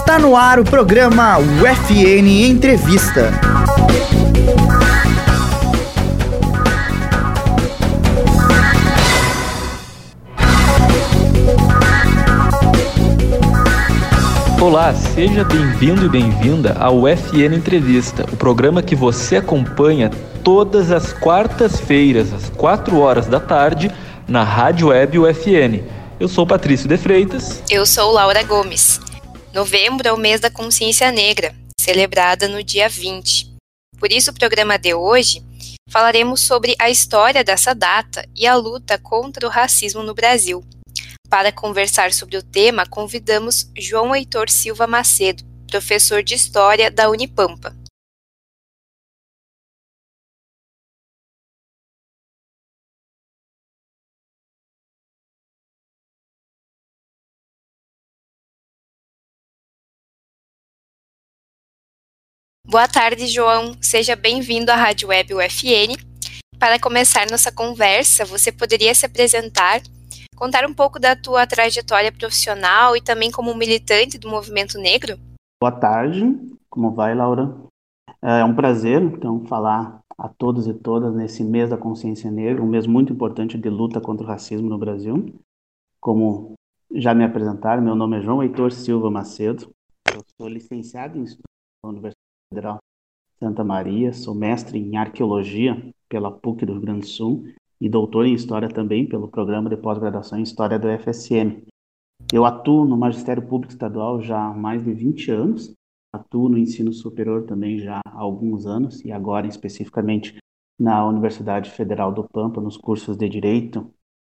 Tá no ar o programa UFN Entrevista. Olá, seja bem-vindo e bem-vinda ao UFN Entrevista, o programa que você acompanha todas as quartas-feiras, às 4 horas da tarde, na Rádio Web UFN. Eu sou Patrício de Freitas. Eu sou Laura Gomes. Novembro é o mês da consciência negra, celebrada no dia 20. Por isso, o programa de hoje falaremos sobre a história dessa data e a luta contra o racismo no Brasil. Para conversar sobre o tema, convidamos João Heitor Silva Macedo, professor de História da Unipampa. Boa tarde, João. Seja bem-vindo à Rádio Web UFN. Para começar nossa conversa, você poderia se apresentar, contar um pouco da tua trajetória profissional e também como militante do movimento negro? Boa tarde, como vai, Laura? É um prazer, então, falar a todos e todas nesse mês da consciência negra, um mês muito importante de luta contra o racismo no Brasil. Como já me apresentaram, meu nome é João Heitor Silva Macedo, eu sou licenciado em História da Universidade Federal de Santa Maria, sou mestre em Arqueologia pela PUC do Rio Grande do Sul e doutor em História também pelo Programa de Pós-Graduação em História do UFSM. Eu atuo no Magistério Público Estadual já há mais de 20 anos, atuo no ensino superior também já há alguns anos e agora especificamente na Universidade Federal do Pampa, nos cursos de Direito,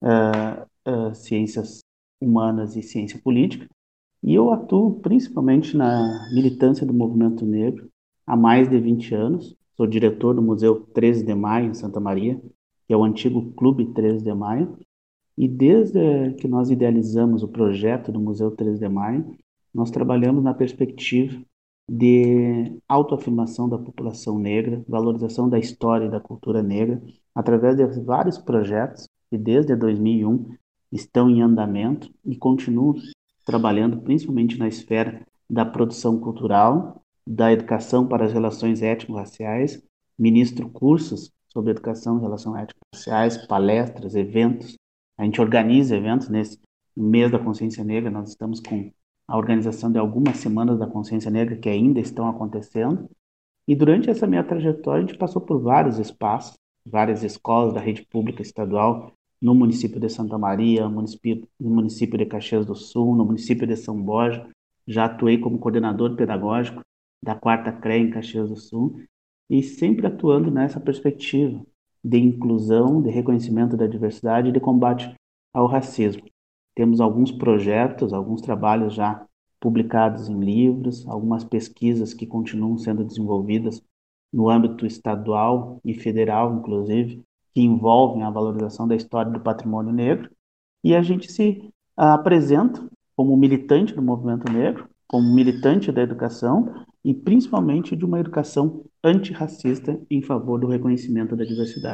Ciências Humanas e Ciência Política. E eu atuo principalmente na militância do movimento negro há mais de 20 anos. Sou diretor do Museu 13 de Maio, em Santa Maria, que é o antigo Clube 13 de Maio. E desde que nós idealizamos o projeto do Museu 13 de Maio, nós trabalhamos na perspectiva de autoafirmação da população negra, valorização da história e da cultura negra, através de vários projetos que desde 2001 estão em andamento e continuam trabalhando principalmente na esfera da produção cultural, da educação para as relações étnico-raciais, ministro cursos sobre educação e relações étnico-raciais, palestras, eventos. A gente organiza eventos nesse mês da consciência negra, nós estamos com a organização de algumas semanas da consciência negra que ainda estão acontecendo. E durante essa minha trajetória, a gente passou por vários espaços, várias escolas da rede pública estadual, no município de Santa Maria, no município de Caxias do Sul, no município de São Borja. Já atuei como coordenador pedagógico da 4ª CREA em Caxias do Sul e sempre atuando nessa perspectiva de inclusão, de reconhecimento da diversidade e de combate ao racismo. Temos alguns projetos, alguns trabalhos já publicados em livros, algumas pesquisas que continuam sendo desenvolvidas no âmbito estadual e federal, inclusive, que envolvem a valorização da história do patrimônio negro, e a gente se apresenta como militante do movimento negro, como militante da educação e principalmente de uma educação antirracista em favor do reconhecimento da diversidade.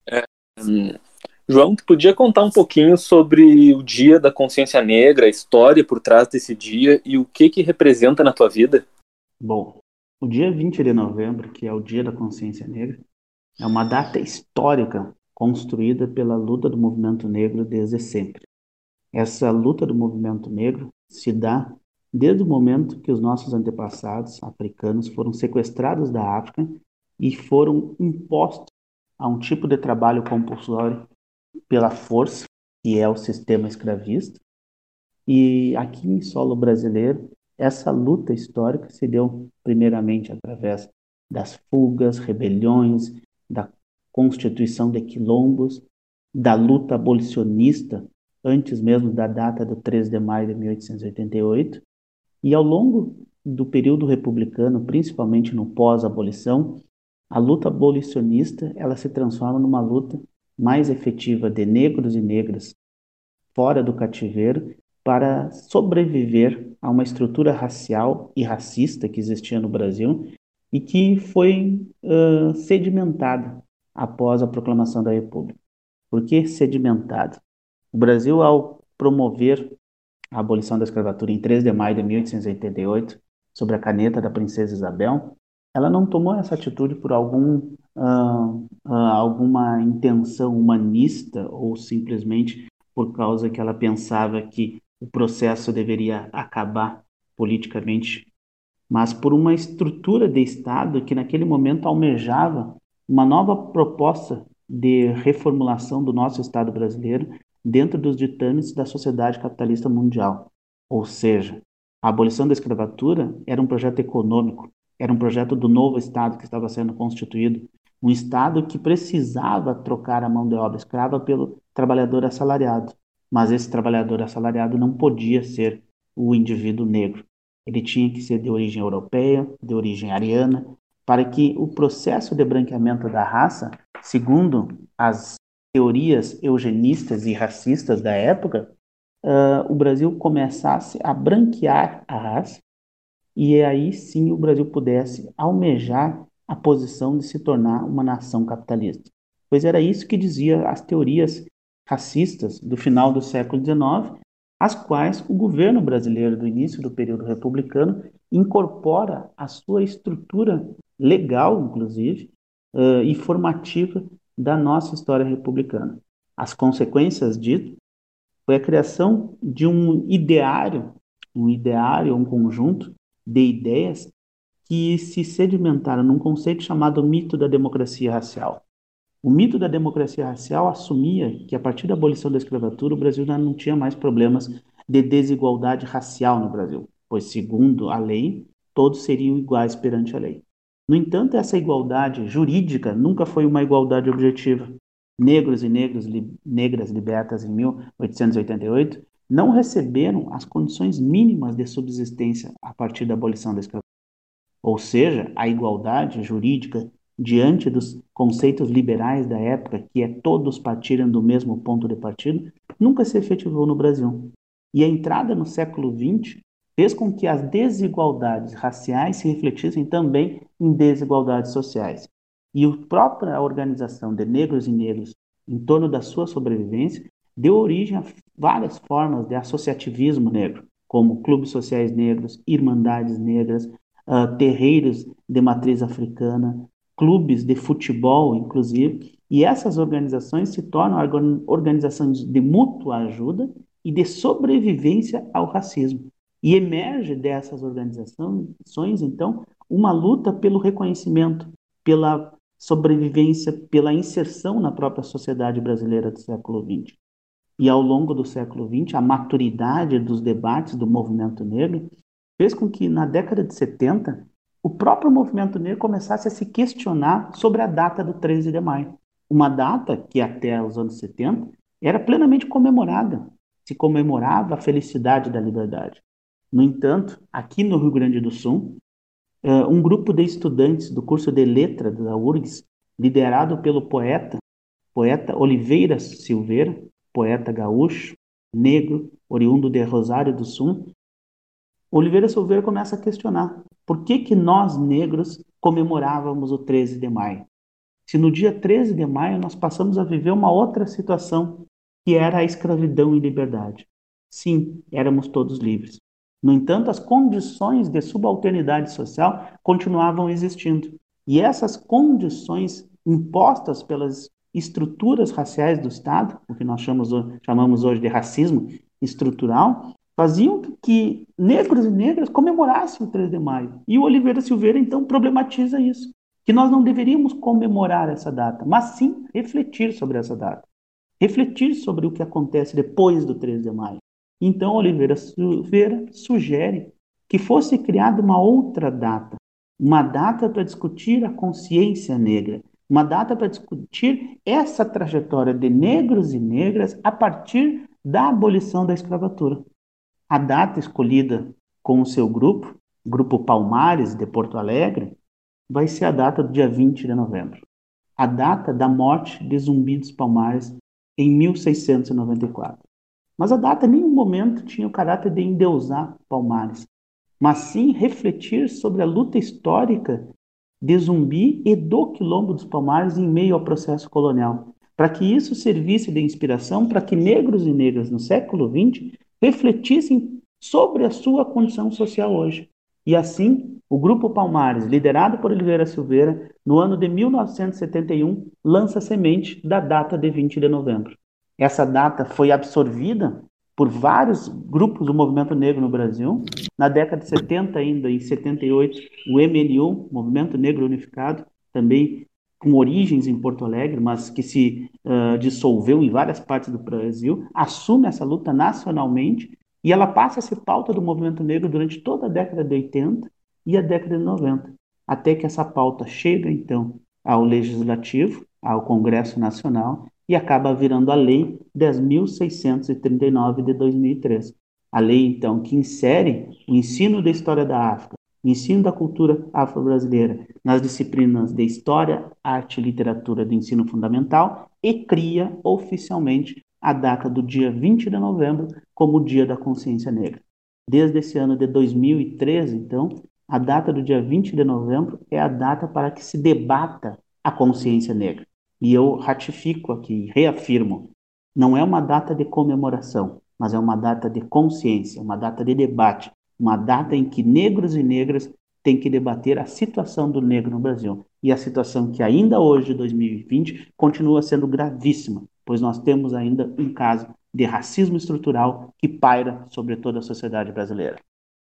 João, tu podia contar um pouquinho sobre o Dia da Consciência Negra, a história por trás desse dia e o que representa na tua vida? Bom, o dia 20 de novembro, que é o Dia da Consciência Negra, é uma data histórica construída pela luta do movimento negro desde sempre. Essa luta do movimento negro se dá desde o momento que os nossos antepassados africanos foram sequestrados da África e foram impostos a um tipo de trabalho compulsório pela força, que é o sistema escravista. E aqui em solo brasileiro, essa luta histórica se deu primeiramente através das fugas, rebeliões, da constituição de quilombos, da luta abolicionista, antes mesmo da data do 13 de maio de 1888, e ao longo do período republicano, principalmente no pós-abolição, a luta abolicionista ela se transforma numa luta mais efetiva de negros e negras fora do cativeiro para sobreviver a uma estrutura racial e racista que existia no Brasil e que foi sedimentada após a proclamação da República. Por que sedimentada? O Brasil, ao promover a abolição da escravatura em 3 de maio de 1888, sobre a caneta da princesa Isabel, ela não tomou essa atitude por alguma intenção humanista ou simplesmente por causa que ela pensava que o processo deveria acabar politicamente, mas por uma estrutura de Estado que naquele momento almejava uma nova proposta de reformulação do nosso Estado brasileiro dentro dos ditames da sociedade capitalista mundial. Ou seja, a abolição da escravatura era um projeto econômico, era um projeto do novo Estado que estava sendo constituído, um Estado que precisava trocar a mão de obra escrava pelo trabalhador assalariado. Mas esse trabalhador assalariado não podia ser o indivíduo negro. Ele tinha que ser de origem europeia, de origem ariana, para que o processo de branqueamento da raça, segundo as teorias eugenistas e racistas da época, o Brasil começasse a branquear a raça e aí sim o Brasil pudesse almejar a posição de se tornar uma nação capitalista. Pois era isso que dizia as teorias racistas do final do século XIX, as quais o governo brasileiro do início do período republicano incorpora à sua estrutura legal, inclusive, e formativa da nossa história republicana. As consequências disso foi a criação de um ideário, um conjunto de ideias que se sedimentaram num conceito chamado mito da democracia racial. O mito da democracia racial assumia que, a partir da abolição da escravatura, o Brasil já não tinha mais problemas de desigualdade racial no Brasil, pois, segundo a lei, todos seriam iguais perante a lei. No entanto, essa igualdade jurídica nunca foi uma igualdade objetiva. Negros e negras libertas em 1888 não receberam as condições mínimas de subsistência a partir da abolição da escravatura. Ou seja, a igualdade jurídica diante dos conceitos liberais da época, que é todos partirem do mesmo ponto de partida, nunca se efetivou no Brasil. E a entrada no século XX fez com que as desigualdades raciais se refletissem também em desigualdades sociais. E a própria organização de negros e negras em torno da sua sobrevivência deu origem a várias formas de associativismo negro, como clubes sociais negros, irmandades negras, terreiros de matriz africana, clubes de futebol, inclusive, e essas organizações se tornam organizações de mútua ajuda e de sobrevivência ao racismo. E emerge dessas organizações, então, uma luta pelo reconhecimento, pela sobrevivência, pela inserção na própria sociedade brasileira do século XX. E ao longo do século XX, a maturidade dos debates do movimento negro fez com que, na década de 70, o próprio movimento negro começasse a se questionar sobre a data do 13 de maio. Uma data que, até os anos 70, era plenamente comemorada. Se comemorava a felicidade da liberdade. No entanto, aqui no Rio Grande do Sul, um grupo de estudantes do curso de Letras da URGS, liderado pelo poeta Oliveira Silveira, poeta gaúcho, negro, oriundo de Rosário do Sul, Oliveira Silveira começa a questionar por que nós, negros, comemorávamos o 13 de maio. Se no dia 13 de maio nós passamos a viver uma outra situação, que era a escravidão e liberdade. Sim, éramos todos livres. No entanto, as condições de subalternidade social continuavam existindo. E essas condições impostas pelas estruturas raciais do Estado, o que nós chamamos hoje de racismo estrutural, faziam que negros e negras comemorassem o 13 de maio. E o Oliveira Silveira, então, problematiza isso, que nós não deveríamos comemorar essa data, mas sim refletir sobre essa data, refletir sobre o que acontece depois do 13 de maio. Então, Oliveira Silveira sugere que fosse criada uma outra data, uma data para discutir a consciência negra, uma data para discutir essa trajetória de negros e negras a partir da abolição da escravatura. A data escolhida com o seu Grupo Palmares de Porto Alegre, vai ser a data do dia 20 de novembro, a data da morte de Zumbi dos Palmares em 1694. Mas a data em nenhum momento tinha o caráter de endeusar Palmares, mas sim refletir sobre a luta histórica de Zumbi e do Quilombo dos Palmares em meio ao processo colonial, para que isso servisse de inspiração para que negros e negras no século XX refletissem sobre a sua condição social hoje. E assim, o Grupo Palmares, liderado por Oliveira Silveira, no ano de 1971, lança a semente da data de 20 de novembro. Essa data foi absorvida por vários grupos do movimento negro no Brasil. Na década de 70 ainda, em 78, o MNU, Movimento Negro Unificado, também com origens em Porto Alegre, mas que se dissolveu em várias partes do Brasil, assume essa luta nacionalmente e ela passa a ser pauta do movimento negro durante toda a década de 80 e a década de 90, até que essa pauta chega, então, ao Legislativo, ao Congresso Nacional, e acaba virando a Lei 10.639 de 2003. A lei, então, que insere o ensino da história da África, o ensino da cultura afro-brasileira nas disciplinas de História, Arte e Literatura do ensino fundamental e cria oficialmente a data do dia 20 de novembro como o Dia da Consciência Negra. Desde esse ano de 2013, então, a data do dia 20 de novembro é a data para que se debata a consciência negra. E eu ratifico aqui, reafirmo, não é uma data de comemoração, mas é uma data de consciência, uma data de debate, uma data em que negros e negras têm que debater a situação do negro no Brasil. E a situação que ainda hoje, 2020, continua sendo gravíssima, pois nós temos ainda um caso de racismo estrutural que paira sobre toda a sociedade brasileira.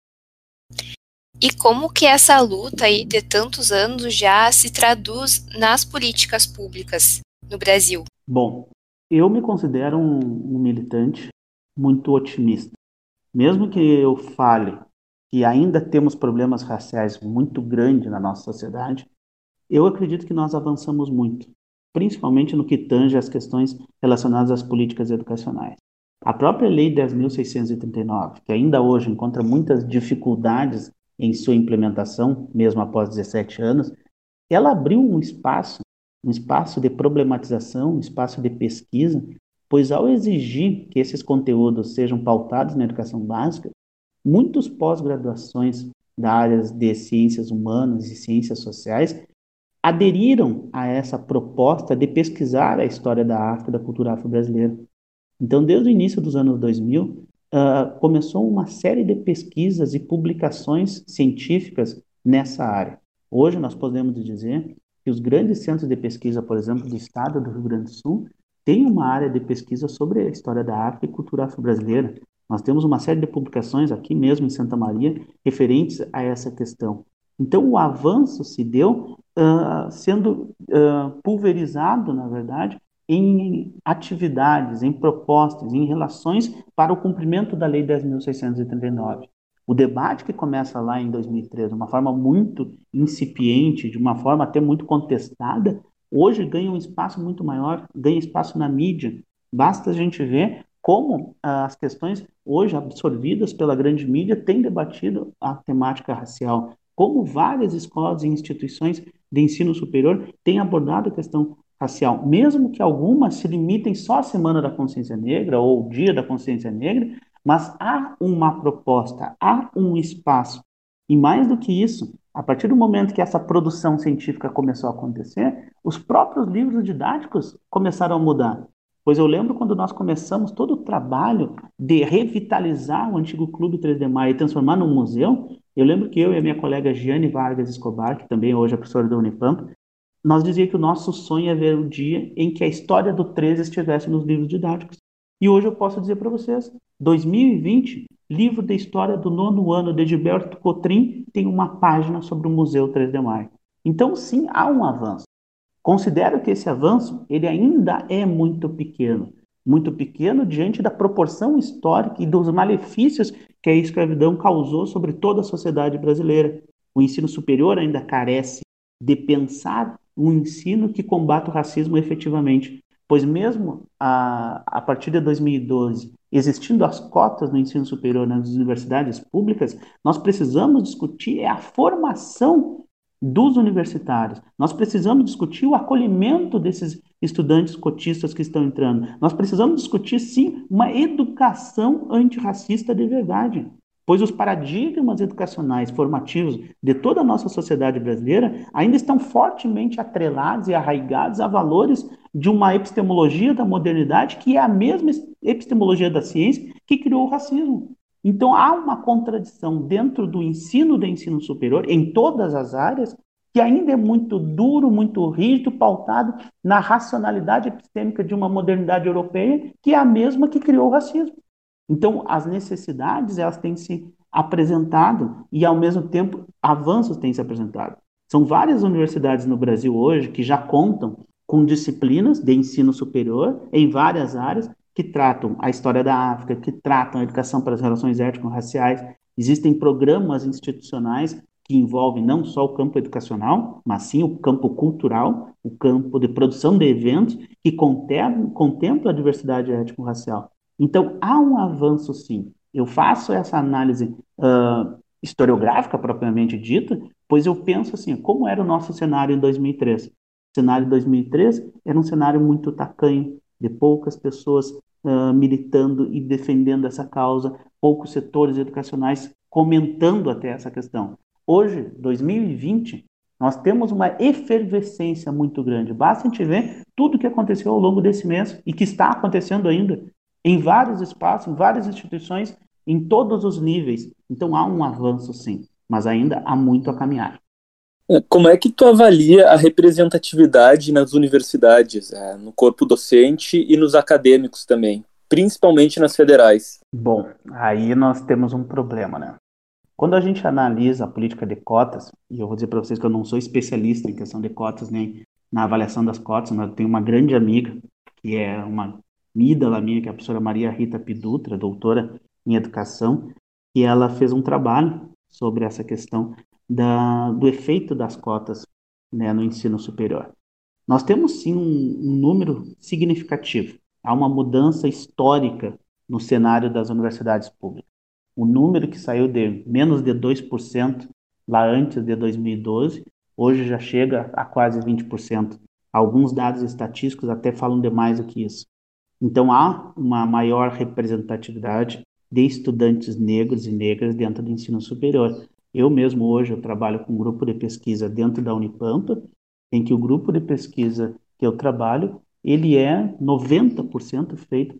E como que essa luta aí de tantos anos já se traduz nas políticas públicas no Brasil? Bom, eu me considero um militante muito otimista. Mesmo que eu fale que ainda temos problemas raciais muito grandes na nossa sociedade, eu acredito que nós avançamos muito, principalmente no que tange às questões relacionadas às políticas educacionais. A própria Lei 10.639, que ainda hoje encontra muitas dificuldades em sua implementação, mesmo após 17 anos, ela abriu um espaço de problematização, um espaço de pesquisa, pois ao exigir que esses conteúdos sejam pautados na educação básica, muitos pós-graduações da áreas de ciências humanas e ciências sociais aderiram a essa proposta de pesquisar a história da África e da cultura afro-brasileira. Então, desde o início dos anos 2000, começou uma série de pesquisas e publicações científicas nessa área. Hoje nós podemos dizer que os grandes centros de pesquisa, por exemplo, do estado do Rio Grande do Sul, têm uma área de pesquisa sobre a história da África e cultura afro-brasileira. Nós temos uma série de publicações aqui mesmo em Santa Maria referentes a essa questão. Então, o avanço se deu sendo pulverizado, na verdade, em atividades, em propostas, em relações para o cumprimento da Lei 10.639. O debate que começa lá em 2013, de uma forma muito incipiente, de uma forma até muito contestada, hoje ganha um espaço muito maior, ganha espaço na mídia. Basta a gente ver como as questões hoje absorvidas pela grande mídia têm debatido a temática racial, como várias escolas e instituições de ensino superior têm abordado a questão racial, mesmo que algumas se limitem só à Semana da Consciência Negra ou o Dia da Consciência Negra, mas há uma proposta, há um espaço. E mais do que isso, a partir do momento que essa produção científica começou a acontecer, os próprios livros didáticos começaram a mudar. Pois eu lembro quando nós começamos todo o trabalho de revitalizar o antigo Clube 3 de Maio e transformar num museu, eu lembro que eu e a minha colega Giane Vargas Escobar, que também hoje é professora da Unipampa, nós dizíamos que o nosso sonho é ver o dia em que a história do 13 estivesse nos livros didáticos. E hoje eu posso dizer para vocês, 2020, livro de história do 9º ano de Gilberto Cotrim tem uma página sobre o Museu 3 de Maio. Então, sim, há um avanço. Considero que esse avanço ele ainda é muito pequeno diante da proporção histórica e dos malefícios que a escravidão causou sobre toda a sociedade brasileira. O ensino superior ainda carece de pensar um ensino que combata o racismo efetivamente, pois mesmo a partir de 2012, existindo as cotas no ensino superior nas universidades públicas, nós precisamos discutir a formação dos universitários. Nós precisamos discutir o acolhimento desses estudantes cotistas que estão entrando. Nós precisamos discutir, sim, uma educação antirracista de verdade. Pois os paradigmas educacionais formativos de toda a nossa sociedade brasileira ainda estão fortemente atrelados e arraigados a valores de uma epistemologia da modernidade que é a mesma epistemologia da ciência que criou o racismo. Então, há uma contradição dentro do ensino superior, em todas as áreas, que ainda é muito duro, muito rígido, pautado na racionalidade epistêmica de uma modernidade europeia, que é a mesma que criou o racismo. Então, as necessidades, elas têm se apresentado e, ao mesmo tempo, avanços têm se apresentado. São várias universidades no Brasil hoje que já contam com disciplinas de ensino superior em várias áreas que tratam a história da África, que tratam a educação para as relações étnico-raciais. Existem programas institucionais que envolvem não só o campo educacional, mas sim o campo cultural, o campo de produção de eventos, que contempla a diversidade étnico-racial. Então, há um avanço, sim. Eu faço essa análise historiográfica, propriamente dita, pois eu penso assim, como era o nosso cenário em 2003? O cenário de 2003 era um cenário muito tacanho, de poucas pessoas militando e defendendo essa causa, poucos setores educacionais comentando até essa questão. Hoje, 2020, nós temos uma efervescência muito grande. Basta a gente ver tudo o que aconteceu ao longo desse mês e que está acontecendo ainda em vários espaços, em várias instituições, em todos os níveis. Então há um avanço, sim, mas ainda há muito a caminhar. Como é que tu avalia a representatividade nas universidades, no corpo docente e nos acadêmicos também, principalmente nas federais? Bom, aí nós temos um problema, né? Quando a gente analisa a política de cotas, e eu vou dizer para vocês que eu não sou especialista em questão de cotas, nem na avaliação das cotas, mas eu tenho uma grande amiga, que é uma ídola minha, que é a professora Maria Rita Pidutra, doutora em educação, e ela fez um trabalho sobre essa questão do efeito das cotas, né, no ensino superior. Nós temos sim um número significativo. Há uma mudança histórica no cenário das universidades públicas. O número que saiu de menos de 2% lá antes de 2012, hoje já chega a quase 20%. Alguns dados estatísticos até falam de mais do que isso. Então há uma maior representatividade de estudantes negros e negras dentro do ensino superior. Eu mesmo hoje eu trabalho com um grupo de pesquisa dentro da Unipampa, em que o grupo de pesquisa que eu trabalho, ele é 90% feito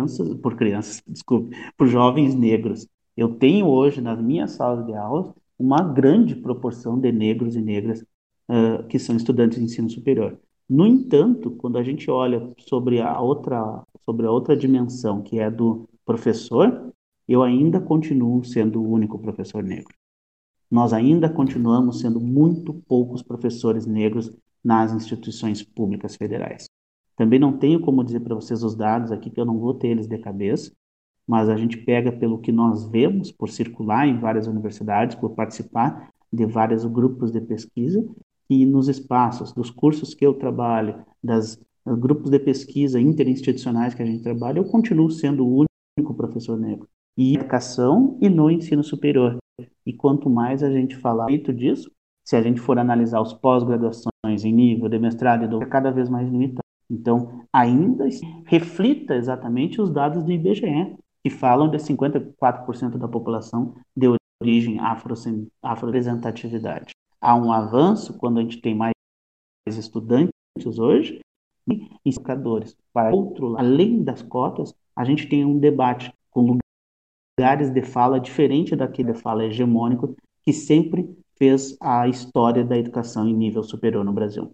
por jovens negros. Eu tenho hoje nas minhas salas de aula uma grande proporção de negros e negras que são estudantes de ensino superior. No entanto, quando a gente olha sobre a outra dimensão, que é do professor, eu ainda continuo sendo o único professor negro. Nós ainda continuamos sendo muito poucos professores negros nas instituições públicas federais. Também não tenho como dizer para vocês os dados aqui, que eu não vou ter eles de cabeça, mas a gente pega pelo que nós vemos, por circular em várias universidades, por participar de vários grupos de pesquisa, e nos espaços dos cursos que eu trabalho, dos grupos de pesquisa interinstitucionais que a gente trabalha, eu continuo sendo o único professor negro. E educação e no ensino superior. E quanto mais a gente falar disso, se a gente for analisar os pós-graduações em nível de mestrado e doutorado, é cada vez mais limitado. Então, ainda reflita exatamente os dados do IBGE, que falam de 54% da população de origem afro-representatividade. Há um avanço quando a gente tem mais estudantes hoje e educadores. Para outro lado, além das cotas, a gente tem um debate com lugares de fala diferente daquele de fala hegemônico que sempre fez a história da educação em nível superior no Brasil.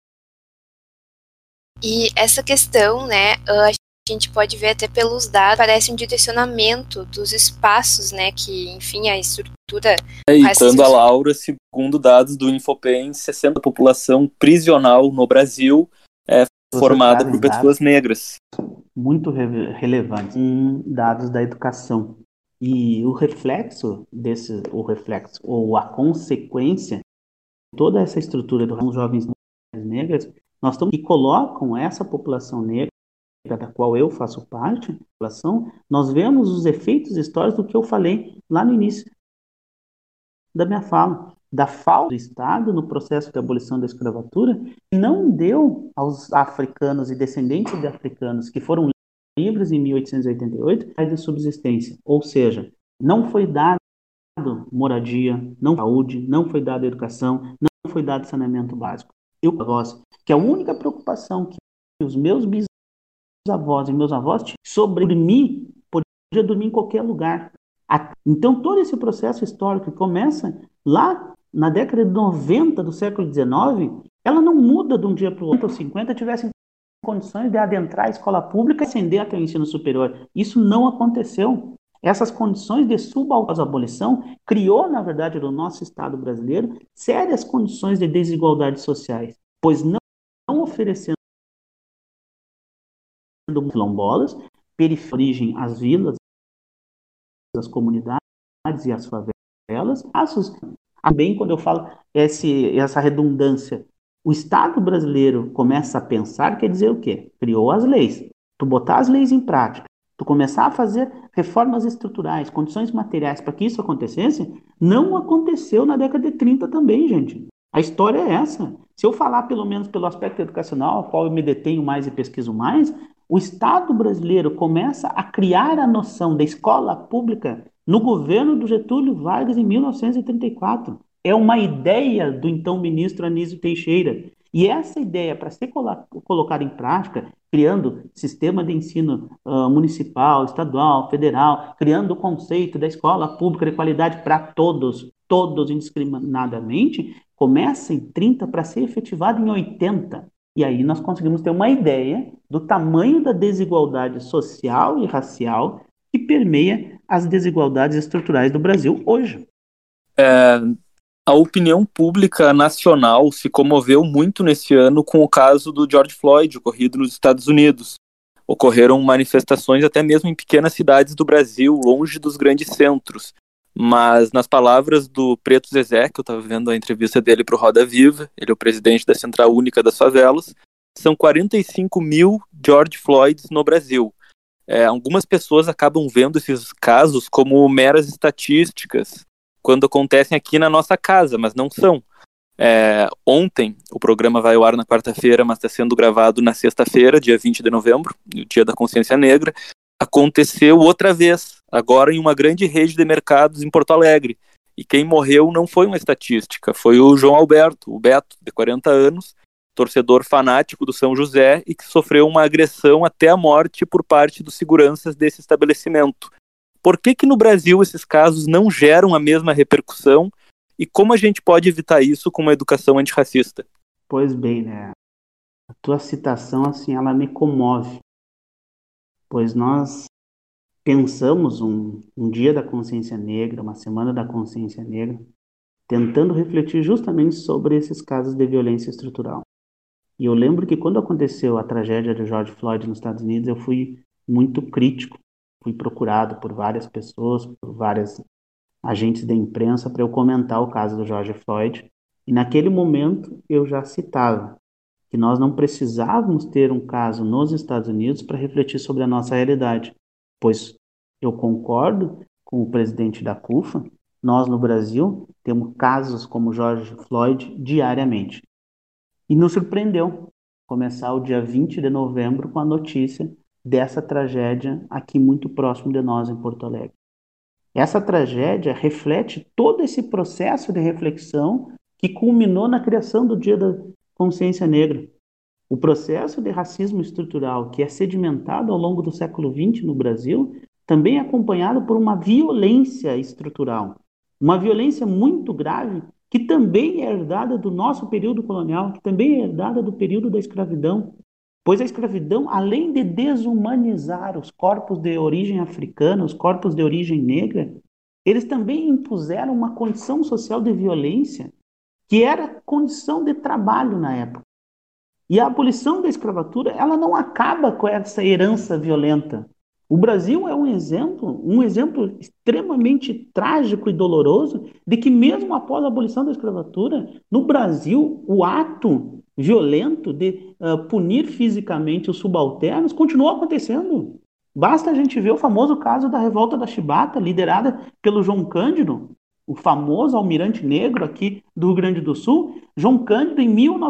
E essa questão, né, a gente pode ver até pelos dados, parece um direcionamento dos espaços, né, que, enfim, a estrutura... Citando a Laura, segundo dados do Infopen, 60% da população prisional no Brasil é formada por pessoas negras. Muito relevantes em dados da educação. E o reflexo, ou a consequência, toda essa estrutura dos jovens negros, nós estamos que colocam essa população negra, da qual eu faço parte, nós vemos os efeitos históricos do que eu falei lá no início da minha fala, da falta do Estado no processo de abolição da escravatura, não deu aos africanos e descendentes de africanos que foram livres em 1888 de subsistência, ou seja, não foi dado moradia, não saúde, não foi dada educação, não foi dado saneamento básico. Que a única preocupação que os meus bisavós e meus avós sobre dormir, podia dormir em qualquer lugar. Então, todo esse processo histórico que começa lá na década de 90 do século XIX, ela não muda de um dia para o outro. Os 50 tivessem condições de adentrar a escola pública e ascender até o ensino superior. Isso não aconteceu. Essas condições de subalternização criou, na verdade, no nosso Estado brasileiro, sérias condições de desigualdades sociais, pois não oferecendo quilombolas, origem às vilas, às comunidades e às favelas. Também, quando eu falo essa redundância, o Estado brasileiro começa a pensar, quer dizer o quê? Criou as leis. Tu botar as leis em prática, tu começar a fazer reformas estruturais, condições materiais para que isso acontecesse, não aconteceu na década de 30 também, gente. A história é essa. Se eu falar pelo menos pelo aspecto educacional, ao qual eu me detenho mais e pesquiso mais, o Estado brasileiro começa a criar a noção da escola pública no governo do Getúlio Vargas em 1934. É uma ideia do então ministro Anísio Teixeira. E essa ideia, para ser colocada em prática, criando sistema de ensino municipal, estadual, federal, criando o conceito da escola pública de qualidade para todos indiscriminadamente, começa em 30 para ser efetivado em 80. E aí nós conseguimos ter uma ideia do tamanho da desigualdade social e racial que permeia as desigualdades estruturais do Brasil hoje. A opinião pública nacional se comoveu muito nesse ano com o caso do George Floyd, ocorrido nos Estados Unidos. Ocorreram manifestações até mesmo em pequenas cidades do Brasil, longe dos grandes centros. Mas, nas palavras do Preto Zezé, que eu estava vendo a entrevista dele para o Roda Viva, ele é o presidente da Central Única das Favelas, são 45 mil George Floyds no Brasil. Algumas pessoas acabam vendo esses casos como meras estatísticas, quando acontecem aqui na nossa casa, mas não são. Ontem, o programa vai ao ar na quarta-feira, mas está sendo gravado na sexta-feira, dia 20 de novembro, o Dia da Consciência Negra. Aconteceu outra vez, agora em uma grande rede de mercados em Porto Alegre. E quem morreu não foi uma estatística, foi o João Alberto, o Beto, de 40 anos, torcedor fanático do São José e que sofreu uma agressão até a morte por parte dos seguranças desse estabelecimento. Por que no Brasil esses casos não geram a mesma repercussão e como a gente pode evitar isso com uma educação antirracista? Pois bem, né? A tua citação, assim, ela me comove, pois nós pensamos um Dia da Consciência Negra, uma Semana da Consciência Negra, tentando refletir justamente sobre esses casos de violência estrutural. E eu lembro que quando aconteceu a tragédia de George Floyd nos Estados Unidos, eu fui muito crítico. Fui procurado por várias pessoas, por vários agentes da imprensa para eu comentar o caso do George Floyd. E naquele momento eu já citava que nós não precisávamos ter um caso nos Estados Unidos para refletir sobre a nossa realidade. Pois eu concordo com o presidente da CUFA, nós no Brasil temos casos como George Floyd diariamente. E nos surpreendeu começar o dia 20 de novembro com a notícia dessa tragédia aqui muito próximo de nós, em Porto Alegre. Essa tragédia reflete todo esse processo de reflexão que culminou na criação do Dia da Consciência Negra. O processo de racismo estrutural que é sedimentado ao longo do século XX no Brasil também é acompanhado por uma violência estrutural, uma violência muito grave que também é herdada do nosso período colonial, que também é herdada do período da escravidão. Pois a escravidão, além de desumanizar os corpos de origem africana, os corpos de origem negra, eles também impuseram uma condição social de violência que era condição de trabalho na época. E a abolição da escravatura, ela não acaba com essa herança violenta. O Brasil é um exemplo extremamente trágico e doloroso de que mesmo após a abolição da escravatura, no Brasil, o ato violento de punir fisicamente os subalternos continuou acontecendo. Basta a gente ver o famoso caso da Revolta da Chibata, liderada pelo João Cândido, o famoso almirante negro aqui do Rio Grande do Sul. João Cândido, em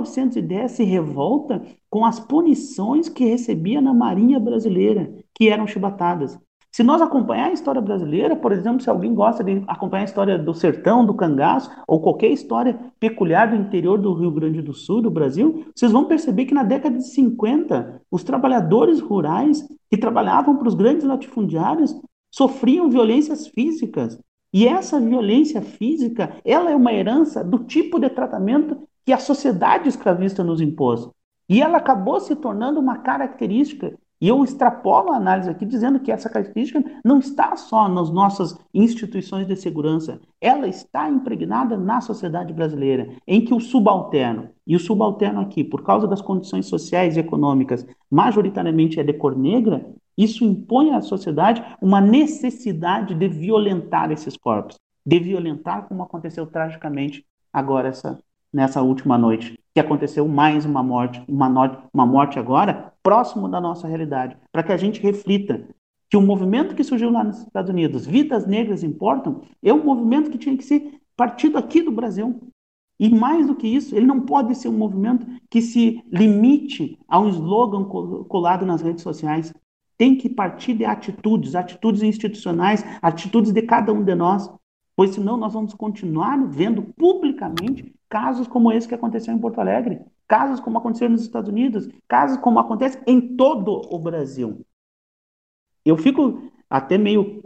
1910, se revolta com as punições que recebia na Marinha Brasileira, que eram chibatadas. Se nós acompanhar a história brasileira, por exemplo, se alguém gosta de acompanhar a história do sertão, do cangaço, ou qualquer história peculiar do interior do Rio Grande do Sul, do Brasil, vocês vão perceber que na década de 50, os trabalhadores rurais que trabalhavam para os grandes latifundiários sofriam violências físicas. E essa violência física, ela é uma herança do tipo de tratamento que a sociedade escravista nos impôs. E ela acabou se tornando uma característica. E eu extrapolo a análise aqui dizendo que essa característica não está só nas nossas instituições de segurança, ela está impregnada na sociedade brasileira, em que o subalterno, e o subalterno aqui, por causa das condições sociais e econômicas, majoritariamente é de cor negra, isso impõe à sociedade uma necessidade de violentar esses corpos, de violentar como aconteceu tragicamente agora nessa última noite, que aconteceu mais uma morte agora, próximo da nossa realidade, para que a gente reflita que o movimento que surgiu lá nos Estados Unidos, Vidas Negras Importam, é um movimento que tinha que ser partido aqui do Brasil. E mais do que isso, ele não pode ser um movimento que se limite a um slogan colado nas redes sociais. Tem que partir de atitudes institucionais, atitudes de cada um de nós, pois senão nós vamos continuar vendo publicamente casos como esse que aconteceu em Porto Alegre, casos como aconteceram nos Estados Unidos, casos como acontece em todo o Brasil. Eu fico até meio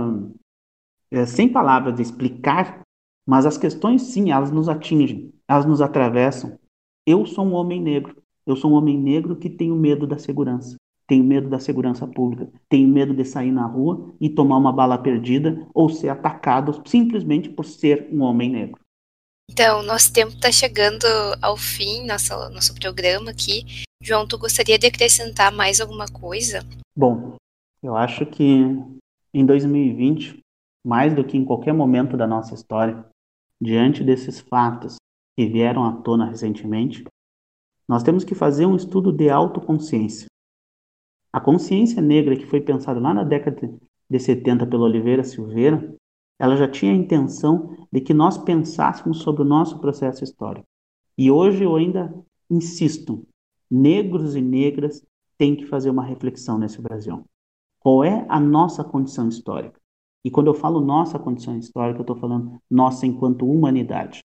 sem palavras de explicar, mas as questões, sim, elas nos atingem, elas nos atravessam. Eu sou um homem negro que tenho medo da segurança. Tenho medo da segurança pública, tenho medo de sair na rua e tomar uma bala perdida ou ser atacado simplesmente por ser um homem negro. Então, nosso tempo está chegando ao fim, nosso programa aqui. João, tu gostaria de acrescentar mais alguma coisa? Bom, eu acho que em 2020, mais do que em qualquer momento da nossa história, diante desses fatos que vieram à tona recentemente, nós temos que fazer um estudo de autoconsciência. A consciência negra que foi pensada lá na década de 70 pelo Oliveira Silveira, ela já tinha a intenção de que nós pensássemos sobre o nosso processo histórico. E hoje eu ainda insisto, negros e negras têm que fazer uma reflexão nesse Brasil. Qual é a nossa condição histórica? E quando eu falo nossa condição histórica, eu estou falando nossa enquanto humanidade.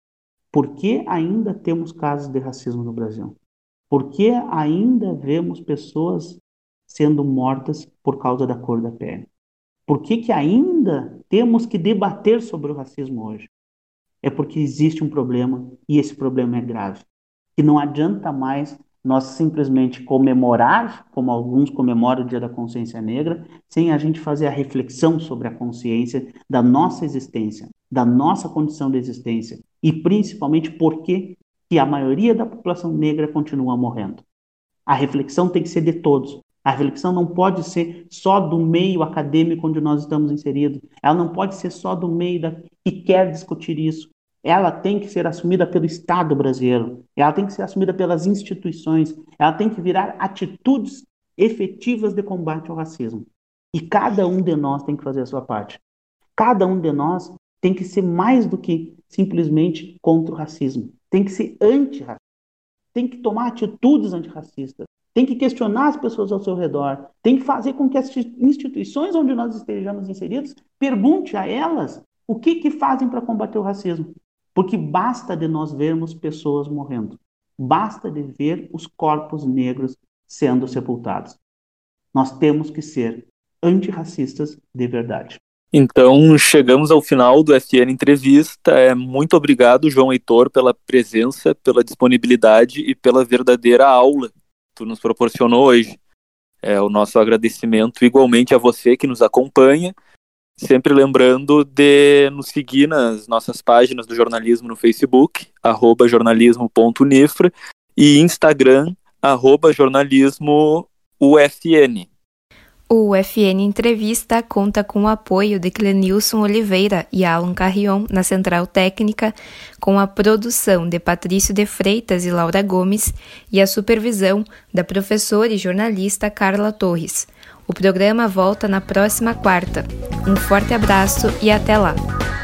Por que ainda temos casos de racismo no Brasil? Por que ainda vemos pessoas sendo mortas por causa da cor da pele? Por que ainda temos que debater sobre o racismo hoje? É porque existe um problema e esse problema é grave. Que não adianta mais nós simplesmente comemorar, como alguns comemoram o Dia da Consciência Negra, sem a gente fazer a reflexão sobre a consciência da nossa existência, da nossa condição de existência e principalmente por que a maioria da população negra continua morrendo. A reflexão tem que ser de todos. A reflexão não pode ser só do meio acadêmico onde nós estamos inseridos. Ela não pode ser só do meio que quer discutir isso. Ela tem que ser assumida pelo Estado brasileiro. Ela tem que ser assumida pelas instituições. Ela tem que virar atitudes efetivas de combate ao racismo. E cada um de nós tem que fazer a sua parte. Cada um de nós tem que ser mais do que simplesmente contra o racismo. Tem que ser antirracista. Tem que tomar atitudes antirracistas. Tem que questionar as pessoas ao seu redor, tem que fazer com que as instituições onde nós estejamos inseridos pergunte a elas o que fazem para combater o racismo. Porque basta de nós vermos pessoas morrendo, basta de ver os corpos negros sendo sepultados. Nós temos que ser antirracistas de verdade. Então, chegamos ao final do FN Entrevista. Muito obrigado, João Heitor, pela presença, pela disponibilidade e pela verdadeira aula tu nos proporcionou hoje. O nosso agradecimento igualmente a você que nos acompanha, sempre lembrando de nos seguir nas nossas páginas do jornalismo no Facebook, @jornalismo.unifra, e Instagram, @jornalismoufn. O FN Entrevista conta com o apoio de Clenilson Oliveira e Alan Carrion na Central Técnica, com a produção de Patrício de Freitas e Laura Gomes e a supervisão da professora e jornalista Carla Torres. O programa volta na próxima quarta. Um forte abraço e até lá!